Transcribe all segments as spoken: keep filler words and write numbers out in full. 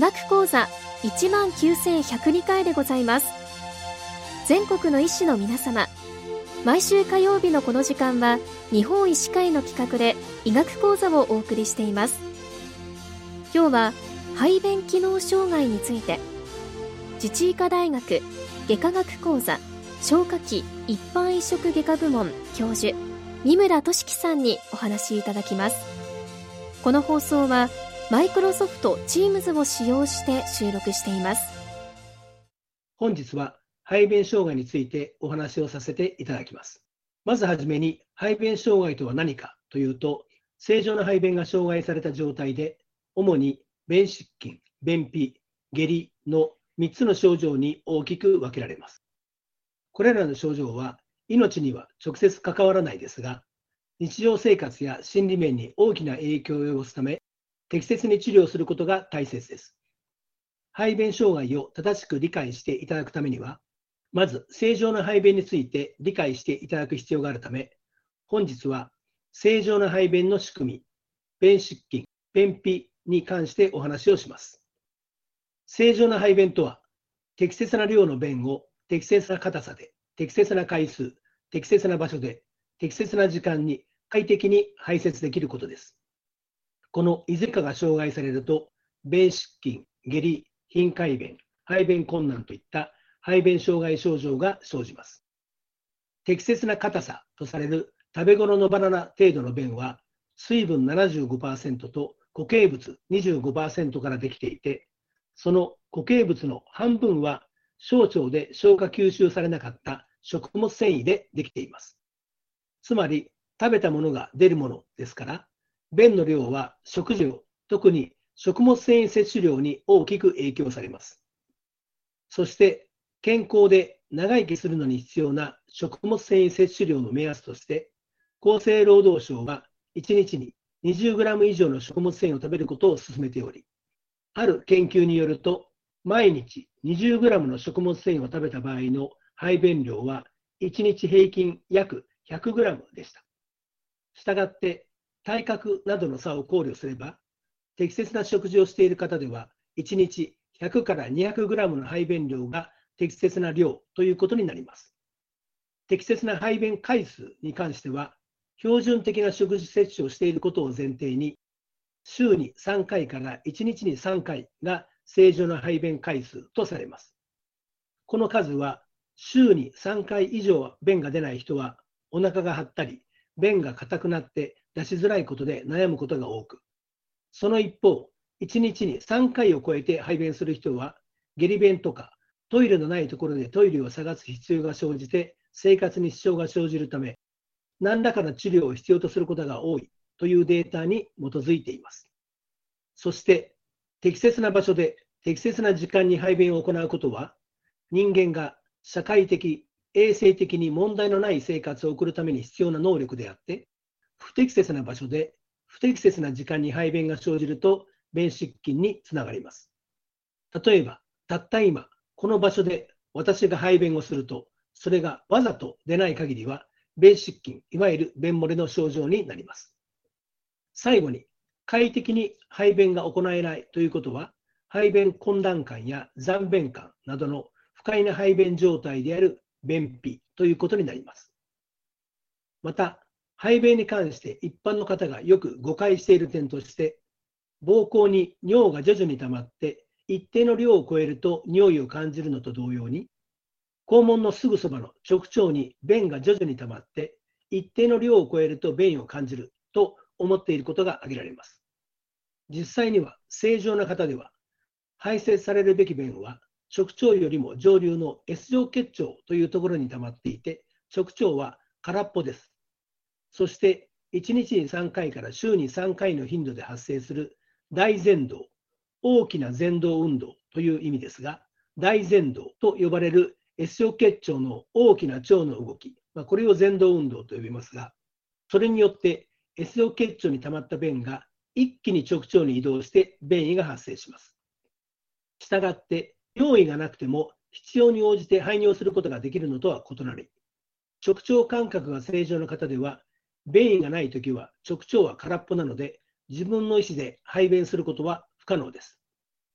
学講座いちまんきゅうせんひゃくにかいでございます。全国の医師の皆様、毎週火曜日のこの時間は日本医師会の企画で医学講座をお送りしています。今日は排便機能障害について、自治医科大学外科学講座消化器一般移植外科部門教授三村俊樹さんにお話しいただきます。この放送はマイクロソフト Teams を使用して収録しています。 本日は排便障害についてお話をさせていただきます。まずはじめに、排便障害とは何かというと、正常な排便が障害された状態で、主に便失禁、便秘、下痢のみっつの症状に大きく分けられます。これらの症状は命には直接関わらないですが、日常生活や心理面に大きな影響を及ぼすため、適切に治療することが大切です。排便障害を正しく理解していただくためには、まず正常な排便について理解していただく必要があるため、本日は正常な排便の仕組み、便失禁、便秘に関してお話をします。正常な排便とは、適切な量の便を適切な硬さで、適切な回数、適切な場所で、適切な時間に快適に排泄できることです。このいずれかが障害されると、便失禁、下痢、頻回便、排便困難といった排便障害症状が生じます。適切な硬さとされる食べ頃のバナナ程度の便は、水分 ななじゅうごパーセント と固形物 にじゅうごパーセント からできていて、その固形物の半分は小腸で消化吸収されなかった食物繊維でできています。つまり、食べたものが出るものですから、便の量は食事量、特に食物繊維摂取量に大きく影響されます。そして、健康で長生きするのに必要な食物繊維摂取量の目安として、厚生労働省はいちにちに にじゅうグラム 以上の食物繊維を食べることを勧めており、ある研究によると、毎日 にじゅうグラム の食物繊維を食べた場合の排便量はいちにち平均約 ひゃくグラム でした。したがって、体格などの差を考慮すれば、適切な食事をしている方では、いちにちひゃくからにひゃくグラム の排便量が適切な量ということになります。適切な排便回数に関しては、標準的な食事摂取をしていることを前提に、週にさんかいからいちにちにさんかいが正常な排便回数とされます。この数は、週にさんかい以上便が出ない人は、お腹が張ったり、便が硬くなって出しづらいことで悩むことが多く、その一方、いちにちにさんかいを超えて排便する人は、下痢便とかトイレのないところでトイレを探す必要が生じて生活に支障が生じるため、何らかの治療を必要とすることが多いというデータに基づいています。そして、適切な場所で適切な時間に排便を行うことは、人間が社会的、衛生的に問題のない生活を送るために必要な能力であって、不適切な場所で不適切な時間に排便が生じると便失禁につながります。例えば、たった今、この場所で私が排便をすると、それがわざと出ない限りは、便失禁、いわゆる便漏れの症状になります。最後に、快適に排便が行えないということは、排便困難感や残便感などの不快な排便状態である便秘ということになります。また、排便に関して一般の方がよく誤解している点として、膀胱に尿が徐々に溜まって一定の量を超えると尿意を感じるのと同様に、肛門のすぐそばの直腸に便が徐々に溜まって一定の量を超えると便を感じると思っていることが挙げられます。実際には正常な方では、排泄されるべき便は直腸よりも上流の S 状結腸というところに溜まっていて、直腸は空っぽです。そして、いちにちにさんかいから週にさんかいの頻度で発生する大蠕動、大きな蠕動運動という意味ですが、大蠕動と呼ばれる S 状結腸の大きな腸の動き、まあ、これを蠕動運動と呼びますが、それによって S 状結腸に溜まった便が一気に直腸に移動して便意が発生します。したがって、尿意がなくても必要に応じて排尿することができるのとは異なり、直腸感覚が正常な方では、便意がないときは直腸は空っぽなので、自分の意思で排便することは不可能です。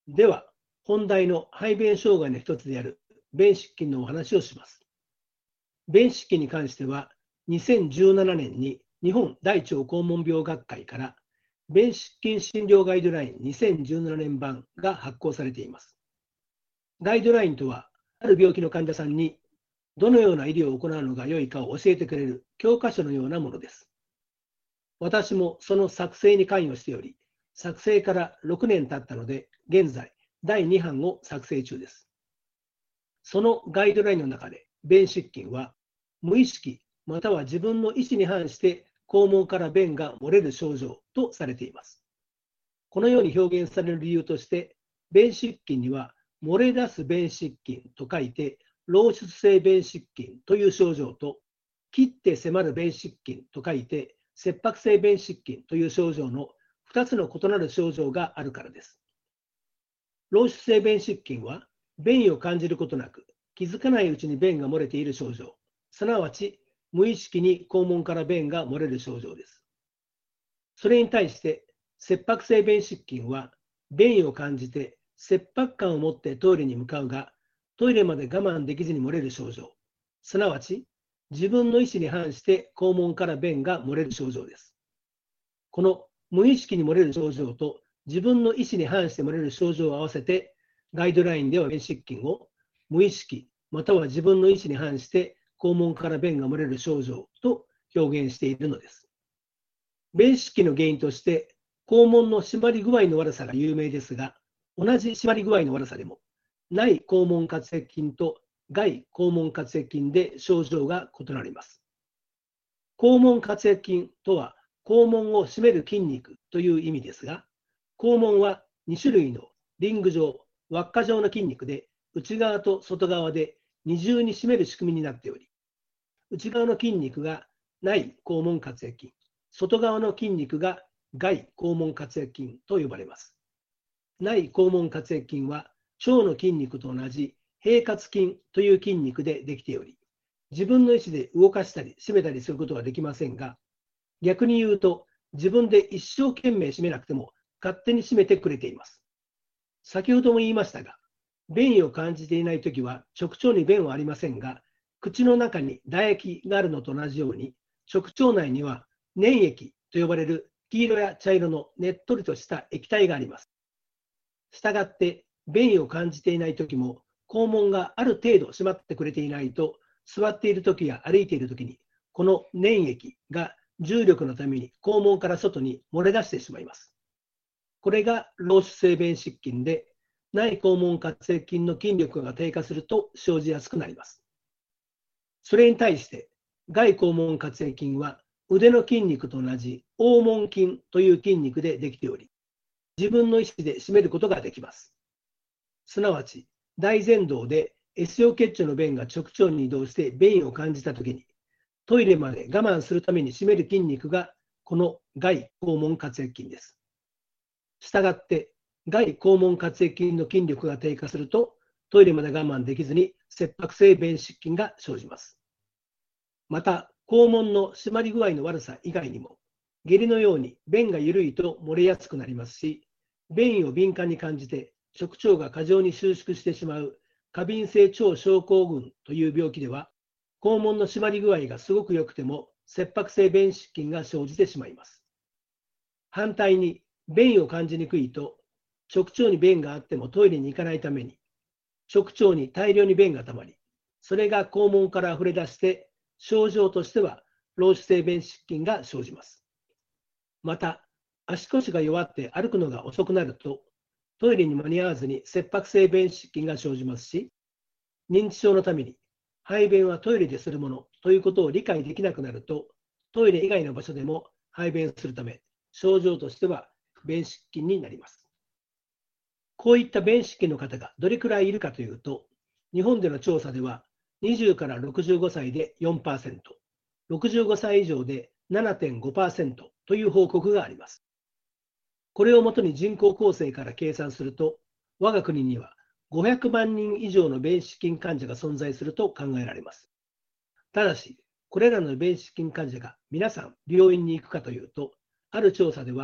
では、本題の排便障害の一つである便失禁のお話をします。便失禁に関しては、にせんじゅうななねんに日本大腸肛門病学会から便失禁診療ガイドラインにせんじゅうななねん版が発行されています。ガイドラインとは、ある病気の患者さんにどのような医療を行うのが良いかを教えてくれる教科書のようなものです。私もその作成に関与しており、作成からろくねん経ったので、現在だいに版を作成中です。そのガイドラインの中で、便失禁は無意識または自分の意思に反して肛門から便が漏れる症状とされています。このように表現される理由として、便失禁には漏れ出す便失禁と書いて、漏出性便失禁という症状と、切って迫る便失禁と書いて、切迫性便失禁という症状のふたつの異なる症状があるからです。漏出性便失禁は、便意を感じることなく、気づかないうちに便が漏れている症状、すなわち無意識に肛門から便が漏れる症状です。それに対して、切迫性便失禁は、便意を感じて切迫感を持ってトイレに向かうが、トイレまで我慢できずに漏れる症状、すなわち自分の意思に反して肛門から便が漏れる症状です。この無意識に漏れる症状と自分の意思に反して漏れる症状を合わせて、ガイドラインでは便失禁を無意識または自分の意思に反して肛門から便が漏れる症状と表現しているのです。便失禁の原因として肛門の締まり具合の悪さが有名ですが、同じ締まり具合の悪さでも内肛門括約筋と外肛門括約筋で症状が異なります。肛門括約筋とは肛門を締める筋肉という意味ですが、肛門はに種類のリング状、輪っか状の筋肉で、内側と外側で二重に締める仕組みになっており、内側の筋肉が内肛門括約筋、外側の筋肉が外肛門括約筋と呼ばれます。内肛門括約筋は腸の筋肉と同じ平滑筋という筋肉でできており、自分の意思で動かしたり締めたりすることはできませんが、逆に言うと自分で一生懸命締めなくても勝手に締めてくれています。先ほども言いましたが、便意を感じていないときは直腸に便はありませんが、口の中に唾液があるのと同じように、直腸内には粘液と呼ばれる黄色や茶色のねっとりとした液体があります。したがって、便意を感じていないときも、肛門がある程度締まってくれていないと、座っているときや歩いているときに、この粘液が重力のために肛門から外に漏れ出してしまいます。これが漏出性便失禁で、内肛門括約筋の筋力が低下すると生じやすくなります。それに対して、外肛門括約筋は腕の筋肉と同じ横門筋という筋肉でできており、自分の意思で締めることができます。すなわち、大前動で エス 様結腸の便が直腸に移動して便意を感じたときに、トイレまで我慢するために締める筋肉がこの外肛門括約筋です。したがって、外肛門括約筋の筋力が低下すると、トイレまで我慢できずに切迫性便失禁が生じます。また、肛門の締まり具合の悪さ以外にも、下痢のように便が緩いと漏れやすくなりますし、便意を敏感に感じて直腸が過剰に収縮してしまう過敏性腸症候群という病気では、肛門の締まり具合がすごく良くても切迫性便失禁が生じてしまいます。反対に、便意を感じにくいと、直腸に便があってもトイレに行かないために、直腸に大量に便がたまり、それが肛門から溢れ出して、症状としては漏出性便失禁が生じます。また、足腰が弱って歩くのが遅くなると、トイレに間に合わずに切迫性便失禁が生じますし、認知症のために排便はトイレでするものということを理解できなくなると、トイレ以外の場所でも排便するため、症状としては便失禁になります。こういった便失禁の方がどれくらいいるかというと、日本での調査ではにじゅうからろくじゅうごさいで よんパーセント、ろくじゅうごさい以上で ななてんごパーセント という報告があります。これをもとに人口構成から計算すると、我が国にはごひゃくまんにん以上の便失禁患者が存在すると考えられます。ただし、これらの便失禁患者が皆さん病院に行くかというと、ある調査では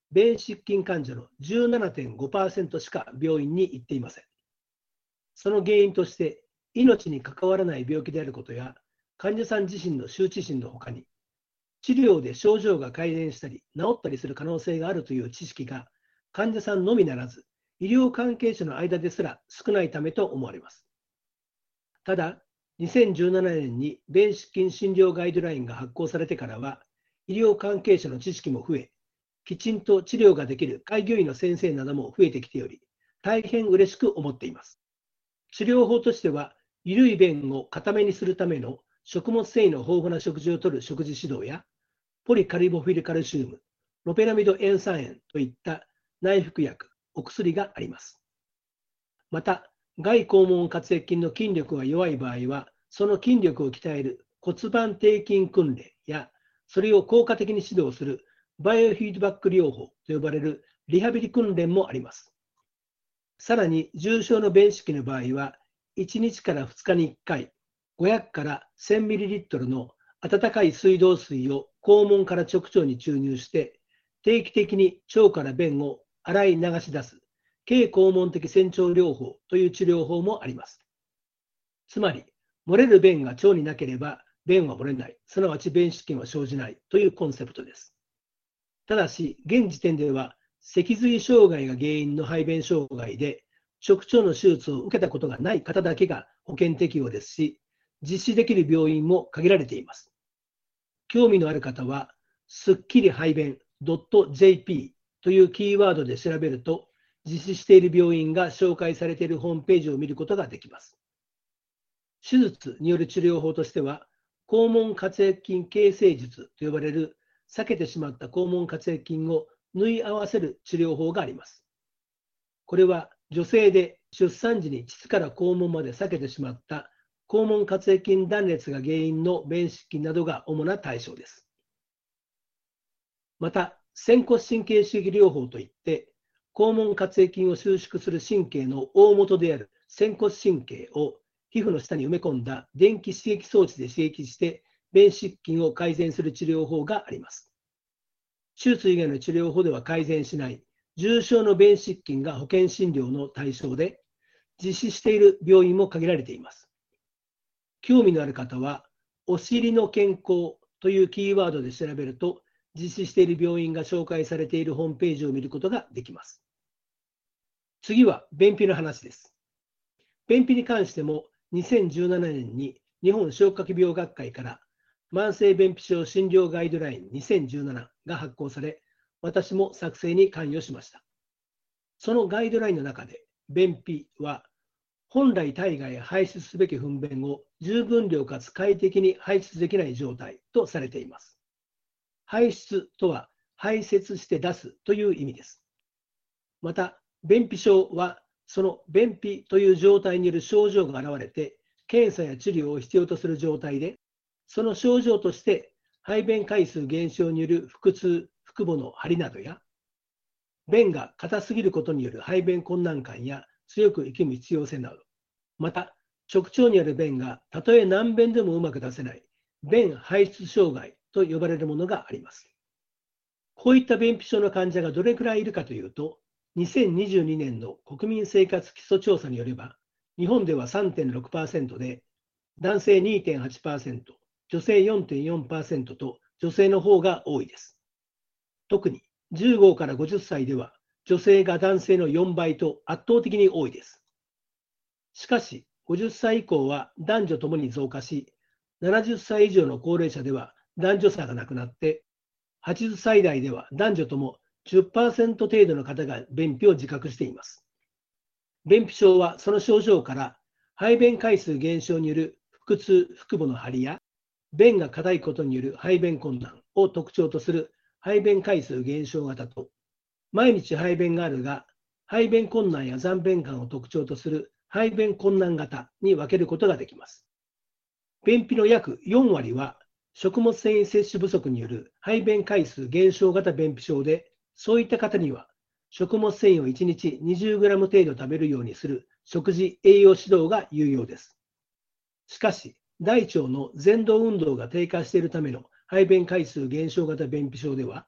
便失禁患者の じゅうななてんごパーセント しか病院に行っていません。その原因として、命に関わらない病気であることや、患者さん自身の羞恥心のほかに、治療で症状が改善したり治ったりする可能性があるという知識が患者さんのみならず、医療関係者の間ですら少ないためと思われます。ただ、にせんじゅうななねんに便失禁診療ガイドラインが発行されてからは、医療関係者の知識も増え、きちんと治療ができる開業医の先生なども増えてきており、大変嬉しく思っています。治療法としては、緩い便を固めにするための食物繊維の豊富な食事をとる食事指導や、ポリカリボフィルカルシウム、ロペナミド塩酸塩といった内服薬、お薬があります。また、外肛門括約筋の筋力が弱い場合は、その筋力を鍛える骨盤底筋訓練や、それを効果的に指導するバイオフィードバック療法と呼ばれるリハビリ訓練もあります。さらに、重症の便失禁の場合は、いちにちからふつかにいっかい、ごひゃくからせんミリリットルの温かい水道水を肛門から直腸に注入して、定期的に腸から便を洗い流し出す、経肛門的洗腸療法という治療法もあります。つまり、漏れる便が腸になければ便は漏れない、すなわち便失禁は生じないというコンセプトです。ただし、現時点では、脊髄障害が原因の排便障害で、直腸の手術を受けたことがない方だけが保険適用ですし、実施できる病院も限られています。興味のある方は、すっきり排便 .jp というキーワードで調べると、実施している病院が紹介されているホームページを見ることができます。手術による治療法としては、肛門括約筋形成術と呼ばれる避けてしまった肛門括約筋を縫い合わせる治療法があります。これは女性で出産時に膣から肛門まで避けてしまった肛門括約筋断裂が原因の便失禁などが主な対象です。また、仙骨神経刺激療法といって、肛門括約筋を収縮する神経の大元である仙骨神経を皮膚の下に埋め込んだ電気刺激装置で刺激して便失禁を改善する治療法があります。手術以外の治療法では改善しない重症の便失禁が保険診療の対象で、実施している病院も限られています。興味のある方は、お尻の健康というキーワードで調べると、実施している病院が紹介されているホームページを見ることができます。次は便秘の話です。便秘に関しても、にせんじゅうななねんに日本消化器病学会から慢性便秘症診療ガイドラインにせんじゅうななが発行され、私も作成に関与しました。そのガイドラインの中で、便秘は本来体外へ排出すべき糞便を十分量かつ快適に排出できない状態とされています。排出とは排泄して出すという意味です。また、便秘症はその便秘という状態による症状が現れて、検査や治療を必要とする状態で、その症状として排便回数減少による腹痛、腹部の張りなどや、便が硬すぎることによる排便困難感や強く息む必要性など、また直腸にある便がたとえ何便でもうまく出せない便排出障害と呼ばれるものがあります。こういった便秘症の患者がどれくらいいるかというと、にせんにじゅうにねんの国民生活基礎調査によれば、日本では さんてんろくパーセント で、男性 にてんはちパーセント、女性 よんてんよんパーセント と女性の方が多いです。特にじゅうごからごじゅっさいでは女性が男性のよんばいと圧倒的に多いです。しかし、ごじゅっさい以降は男女ともに増加し、ななじゅっさい以上の高齢者では男女差がなくなって、はちじゅっさい代では男女とも じゅっパーセント 程度の方が便秘を自覚しています。便秘症はその症状から排便回数減少による腹痛、腹部の張りや便が硬いことによる排便困難を特徴とする排便回数減少型と、毎日排便があるが排便困難や残便感を特徴とする排便困難型に分けることができます。便秘の約よんわりは食物繊維摂取不足による排便回数減少型便秘症で、そういった方には食物繊維をいちにち にじゅうグラム 程度食べるようにする食事栄養指導が有用です。しかし、大腸の蠕動運動が低下しているための排便回数減少型便秘症では、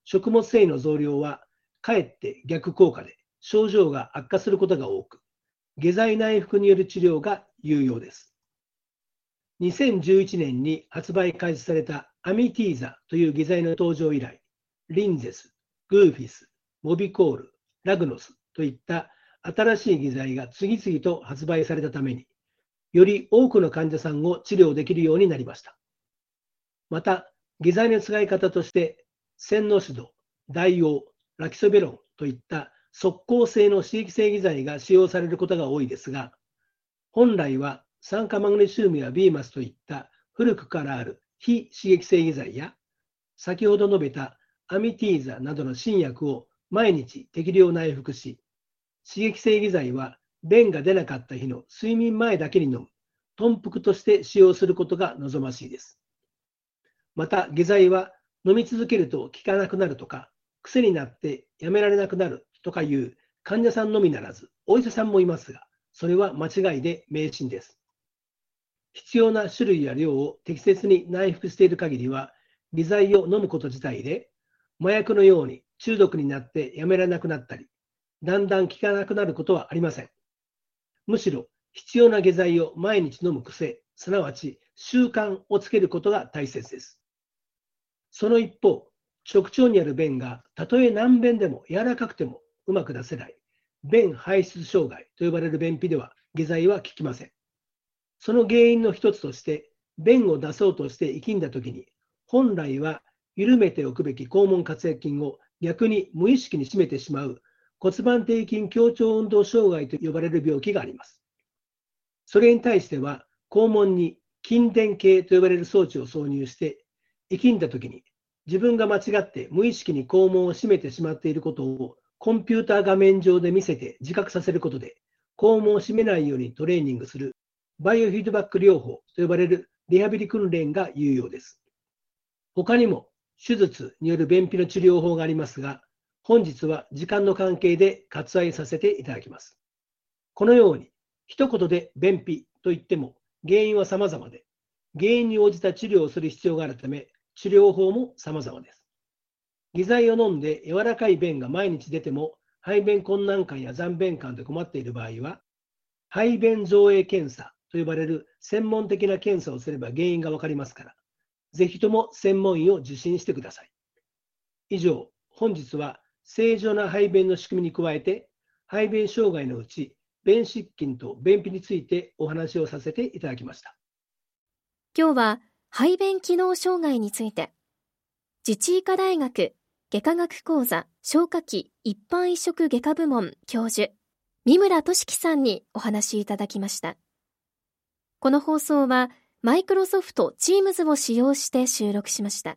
食物繊維の増量はかえって逆効果で症状が悪化することが多く、下剤内服による治療が有用です。にせんじゅういちねんに発売開始されたアミティーザという下剤の登場以来、リンゼス、グーフィス、モビコール、ラグノスといった新しい下剤が次々と発売されたために、より多くの患者さんを治療できるようになりました。また、下剤の使い方として、センノシド、ダイオウ、ラキソベロンといった即効性の刺激性下剤が使用されることが多いですが、本来は酸化マグネシウムやビーマスといった古くからある非刺激性下剤や、先ほど述べたアミティーザなどの新薬を毎日適量内服し、刺激性下剤は便が出なかった日の睡眠前だけに飲む、頓服として使用することが望ましいです。また、下剤は飲み続けると効かなくなるとか、癖になってやめられなくなるとかいう患者さんのみならず、お医者さんもいますが、それは間違いで迷信です。必要な種類や量を適切に内服している限りは、下剤を飲むこと自体で、麻薬のように中毒になってやめられなくなったり、だんだん効かなくなることはありません。むしろ、必要な下剤を毎日飲む癖、すなわち習慣をつけることが大切です。その一方、直腸にある便がたとえ何便でも柔らかくてもうまく出せない、便排出障害と呼ばれる便秘では下剤は効きません。その原因の一つとして、便を出そうとして息んだときに、本来は緩めておくべき肛門括約筋を逆に無意識に締めてしまう骨盤底筋強調運動障害と呼ばれる病気があります。それに対しては、肛門に筋電計と呼ばれる装置を挿入して、息んだときに自分が間違って無意識に肛門を締めてしまっていることをコンピューター画面上で見せて自覚させることで、肛門を締めないようにトレーニングするバイオフィードバック療法と呼ばれるリハビリ訓練が有用です。他にも手術による便秘の治療法がありますが、本日は時間の関係で割愛させていただきます。このように、一言で便秘といっても原因は様々で、原因に応じた治療をする必要があるため、治療法も様々です。下剤を飲んで柔らかい便が毎日出ても、排便困難感や残便感で困っている場合は、排便造影検査と呼ばれる専門的な検査をすれば原因がわかりますから、ぜひとも専門医を受診してください。以上、本日は正常な排便の仕組みに加えて、排便障害のうち、便失禁と便秘についてお話をさせていただきました。 今日は排便機能障害について、自治医科大学外科学講座消化器一般移植外科部門教授、三村俊樹さんにお話いただきました。この放送はマイクロソフト Teams を使用して収録しました。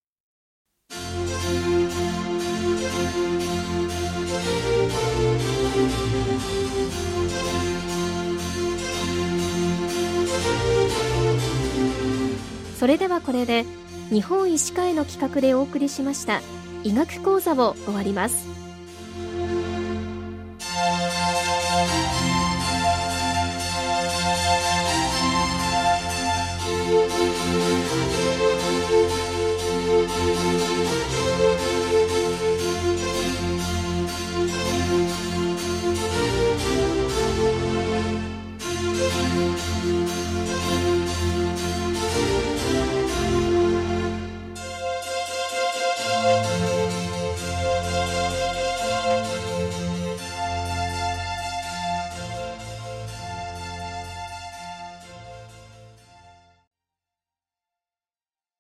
それではこれで日本医師会の企画でお送りしました医学講座を終わります。